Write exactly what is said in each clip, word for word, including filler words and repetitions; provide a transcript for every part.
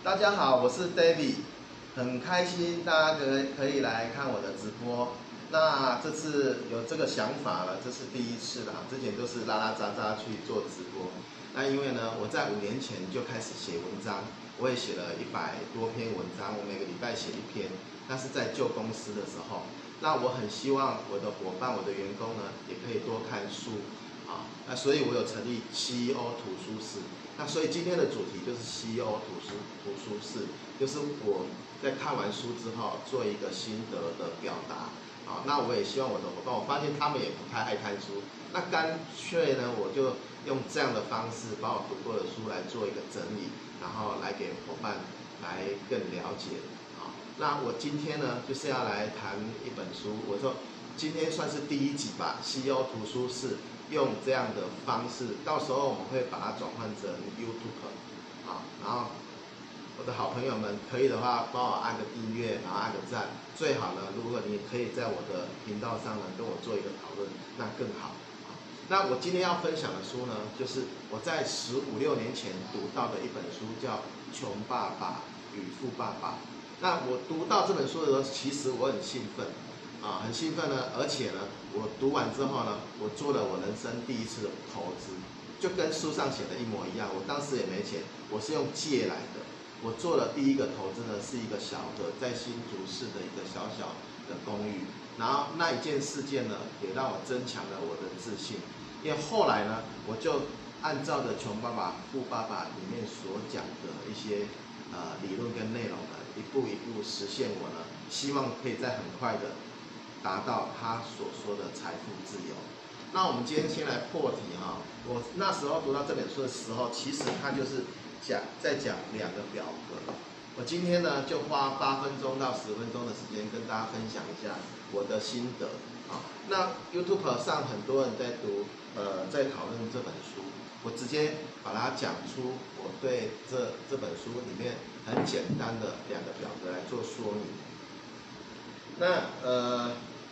大家好，我是 David， 很开心大家可以可以来看我的直播。那这次有这个想法了，这是第一次啦，之前都是拉拉杂杂去做直播。那因为呢，我在五年前就开始写文章，我也写了一百多篇文章，我每个礼拜写一篇。那是在旧公司的时候，那我很希望我的伙伴、我的员工呢，也可以多看书。啊，那所以我有成立 C E O 图书室。那所以今天的主题就是 C E O 图书图书室，就是我在看完书之后做一个心得的表达。啊，那我也希望我的伙伴，我发现他们也不太爱看书，那干脆呢，我就用这样的方式把我读过的书来做一个整理，然后来给伙伴来更了解。啊，那我今天呢就是要来谈一本书，我说今天算是第一集吧 ，C E O 图书室。用这样的方式，到时候我们会把它转换成 YouTube， 啊，然后我的好朋友们可以的话，帮我按个订阅，然后按个赞，最好呢，如果你可以在我的频道上呢跟我做一个讨论，那更好。那我今天要分享的书呢，就是我在十五六年前读到的一本书，叫《穷爸爸与富爸爸》。那我读到这本书的时候，其实我很兴奋。啊，很兴奋呢，而且呢，我读完之后呢，我做了我人生第一次的投资，就跟书上写的一模一样。我当时也没钱，我是用借来的。我做了第一个投资呢，是一个小的在新竹市的一个小小的公寓。然后那一件事件呢，也让我增强了我的自信。因为后来呢，我就按照着《穷爸爸富爸爸》里面所讲的一些呃理论跟内容呢，一步一步实现我呢，希望可以在很快的达到他所说的财富自由。那我们今天先来破题哈。我那时候读到这本书的时候，其实他就是讲在讲两个表格。我今天呢就花八分钟到十分钟的时间跟大家分享一下我的心得啊。那 YouTube 上很多人在读呃在讨论这本书，我直接把它讲出我对这这本书里面很简单的两个表格来做说明。那呃。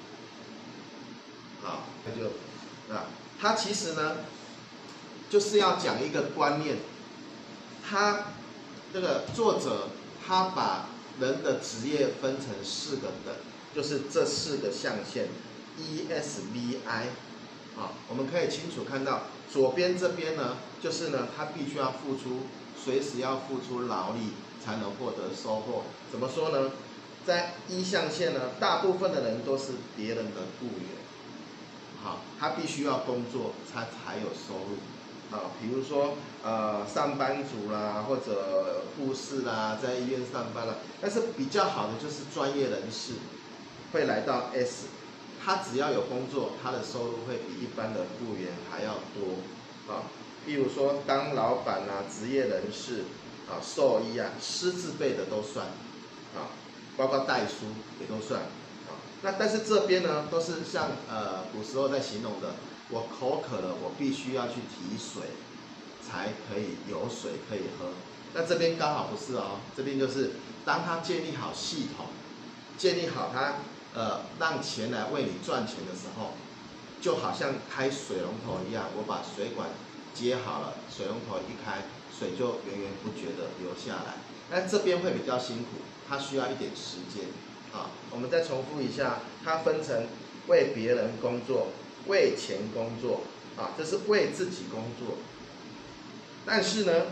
好，那就啊，他其实呢，就是要讲一个观念，他这个作者他把人的职业分成四个等，就是这四个象限 ，E S B I， 啊，我们可以清楚看到左边这边呢，就是呢，他必须要付出，随时要付出劳力才能获得收获。怎么说呢？在一象限呢，大部分的人都是别人的雇员。好，他必须要工作，他才有收入。啊，比如说呃上班族啦，或者护士啦，在医院上班啦。但是比较好的就是专业人士会来到 S， 他只要有工作，他的收入会比一般的雇员还要多。啊，比如说当老板啊，职业人士啊，兽医啊，师字辈的都算。啊，包括代书也都算。那但是这边呢，都是像呃古时候在形容的，我口渴了，我必须要去提水，才可以有水可以喝。那这边刚好不是哦，这边就是当他建立好系统，建立好他呃让钱来为你赚钱的时候，就好像开水龙头一样，我把水管接好了，水龙头一开，水就源源不绝的流下来。但这边会比较辛苦，它需要一点时间。啊，我们再重复一下，它分成为别人工作、为钱工作，啊，这是为自己工作。但是呢，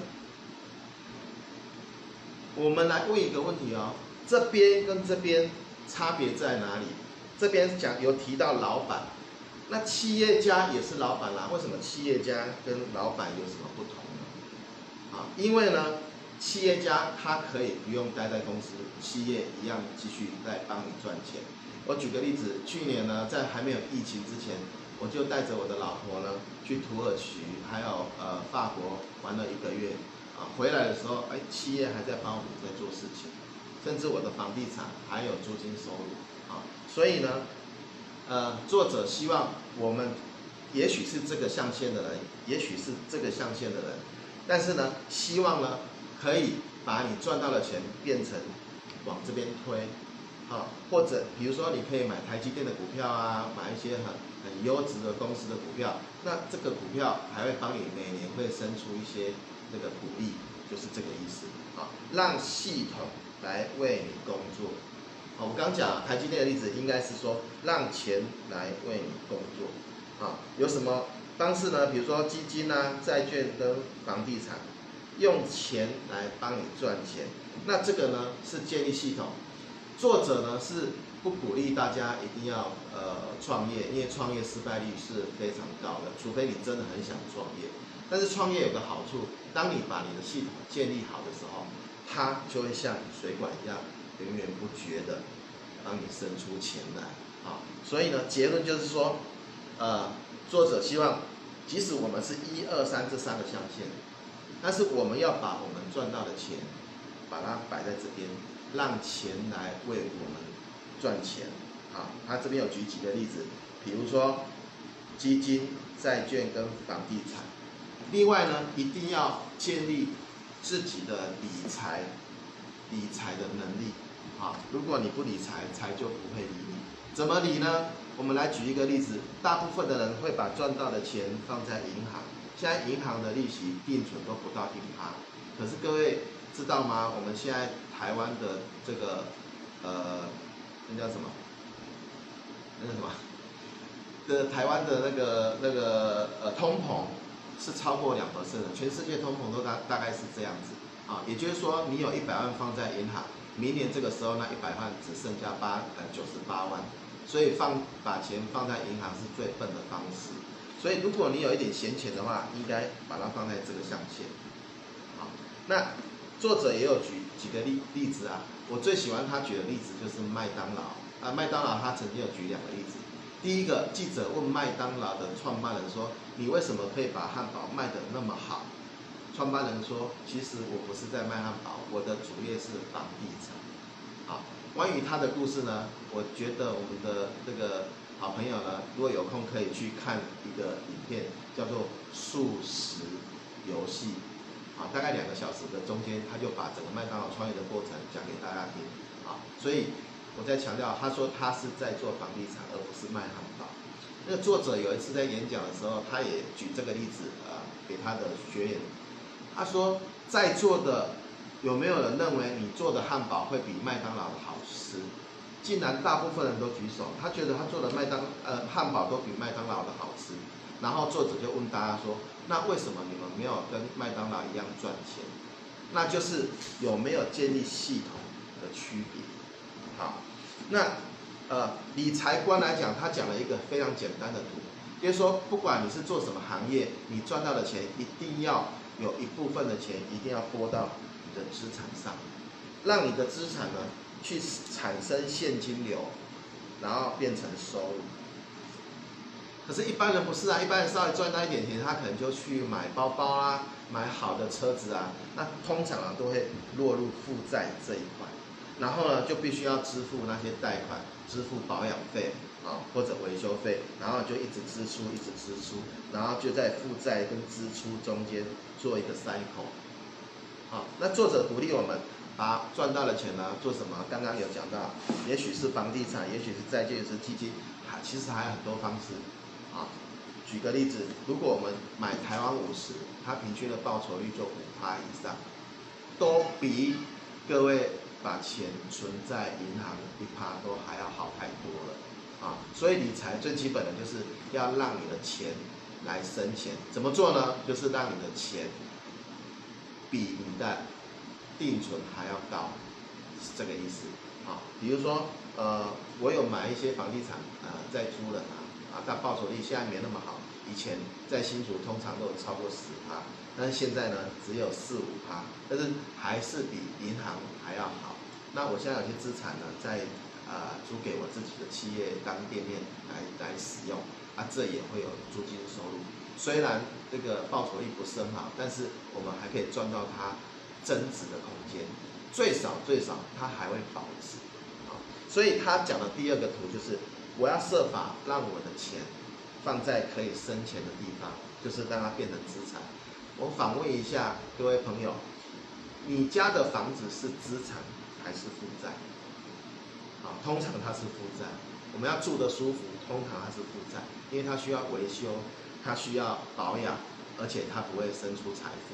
我们来问一个问题哦，这边跟这边差别在哪里？这边讲有提到老板，那企业家也是老板啦，为什么企业家跟老板有什么不同呢？啊，因为呢。企业家他可以不用待在公司，企业一样继续在帮你赚钱。我举个例子，去年呢，在还没有疫情之前，我就带着我的老婆呢去土耳其，还有呃法国玩了一个月。啊，回来的时候，哎，企业还在帮我们在做事情，甚至我的房地产还有租金收入。啊，所以呢，呃，作者希望我们，也许是这个象限的人，也许是这个象限的人，但是呢，希望呢。可以把你赚到的钱变成往这边推，啊，或者比如说你可以买台积电的股票啊，买一些很很优质的公司的股票，那这个股票还会帮你每年会生出一些那个股利， 就是这个意思啊，让系统来为你工作。我们刚讲台积电的例子，应该是说让钱来为你工作啊。有什么方式呢？比如说基金啊、债券跟房地产，用钱来帮你赚钱。那这个呢是建立系统。作者呢是不鼓励大家一定要呃创业，因为创业失败率是非常高的，除非你真的很想创业。但是创业有个好处，当你把你的系统建立好的时候，它就会像水管一样源源不绝的帮你生出钱来啊。所以呢，结论就是说，呃，作者希望，即使我们是一二三这三个象限，但是我们要把我们赚到的钱，把它摆在这边，让钱来为我们赚钱啊。他这边有举几个例子，比如说基金、债券跟房地产。另外呢，一定要建立自己的理财、理财的能力啊。如果你不理财，财就不会理你。怎么理呢？我们来举一个例子，大部分的人会把赚到的钱放在银行，现在银行的利息定存都不到一趴。可是各位知道吗？我们现在台湾的这个呃，那叫什么？那叫什么？的台湾的那个那个呃通膨。是超过两%的，全世界通膨都大大概是这样子啊，也就是说，你有一百万放在银行，明年这个时候那一百万只剩下八呃九十八万，所以放把钱放在银行是最笨的方式。所以如果你有一点闲钱的话，应该把它放在这个象限。好，那作者也有举几个例例子啊，我最喜欢他举的例子就是麦当劳啊，麦当劳他曾经有举两个例子。第一个，记者问麦当劳的创办人说：“你为什么可以把汉堡卖得那么好？”创办人说：“其实我不是在卖汉堡，我的主业是房地产。”好，关于他的故事呢，我觉得我们的这个好朋友呢，如果有空可以去看一个影片，叫做《素食游戏》，啊，大概两个小时的中间，他就把整个麦当劳创业的过程讲给大家听，啊，所以。我在强调，他说他是在做房地产，而不是卖汉堡。那个作者有一次在演讲的时候，他也举这个例子啊、呃，给他的学员。他说，在座的有没有人认为你做的汉堡会比麦当劳的好吃？竟然大部分人都举手，他觉得他做的麦当呃汉堡都比麦当劳的好吃。然后作者就问大家说，那为什么你们没有跟麦当劳一样赚钱？那就是有没有建立系统的区别。好，那呃理财观来讲，他讲了一个非常简单的图，就是说，不管你是做什么行业，你赚到的钱一定要有一部分的钱一定要拨到你的资产上，让你的资产呢去产生现金流，然后变成收入。可是，一般人不是啊，一般人稍微赚到一点钱，他可能就去买包包啊，买好的车子啊，那通常啊都会落入负债这一块。然后呢，就必须要支付那些贷款，支付保养费啊，或者维修费，然后就一直支出，一直支出，然后就在负债跟支出中间做一个 cycle。好，那作者鼓励我们把赚到的钱呢做什么？刚刚有讲到，也许是房地产，也许是债券，也是基金，还其实还有很多方式。啊，举个例子，如果我们买台湾五十，它平均的报酬率就五趴以上，都比各位把钱存在银行一趴都还要好太多了啊！所以理财最基本的就是要让你的钱来生钱，怎么做呢？就是让你的钱比你的定存还要高，是这个意思啊。比如说，呃，我有买一些房地产，呃，在租人啊。啊，但报酬率现在没那么好。以前在新竹通常都有超过十趴，但是现在呢只有四五趴，但是还是比银行还要好。那我现在有些资产呢，在啊、呃、租给我自己的企业当店面来来使用，啊，这也会有租金收入。虽然这个报酬率不是很好，但是我们还可以赚到它增值的空间，最少最少它还会保值。啊，所以他讲的第二个图就是。我要设法让我的钱放在可以生钱的地方，就是让它变成资产。我访问一下各位朋友，你家的房子是资产还是负债？啊，通常它是负债。我们要住得舒服，通常它是负债，因为它需要维修，它需要保养，而且它不会生出财富。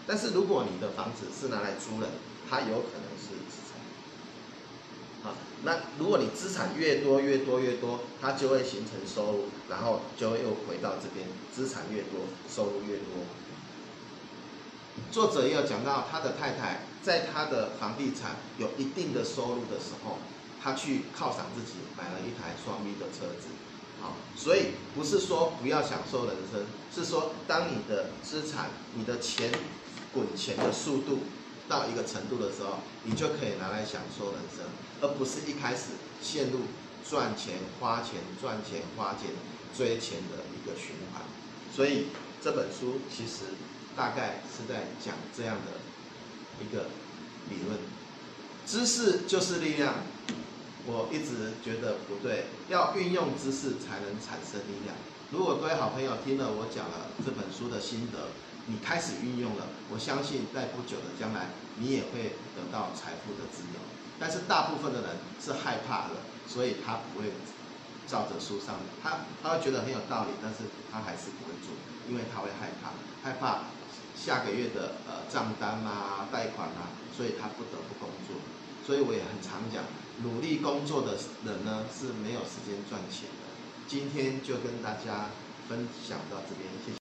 但是如果你的房子是拿来租人，它有可能是资产。好，那如果你资产越多越多越多，它就会形成收入，然后就会又回到这边，资产越多，收入越多。作者也有讲到，他的太太在他的房地产有一定的收入的时候，他去犒赏自己，买了一台双 B 的车子。好，所以不是说不要享受人生，是说当你的资产、你的钱滚钱的速度到一个程度的时候，你就可以拿来享受人生，而不是一开始陷入赚钱、花钱、赚钱、花钱、追钱的一个循环。所以这本书其实大概是在讲这样的一个理论：知识就是力量。我一直觉得不对，要运用知识才能产生力量。如果各位好朋友听了我讲了这本书的心得，你开始运用了，我相信在不久的将来，你也会得到财富的自由。但是大部分的人是害怕的，所以他不会照着书上的，他他会觉得很有道理，但是他还是不会做，因为他会害怕，害怕下个月的呃账单啊、贷款啊，所以他不得不工作。所以我也很常讲，努力工作的人呢是没有时间赚钱的。今天就跟大家分享到这边，谢谢。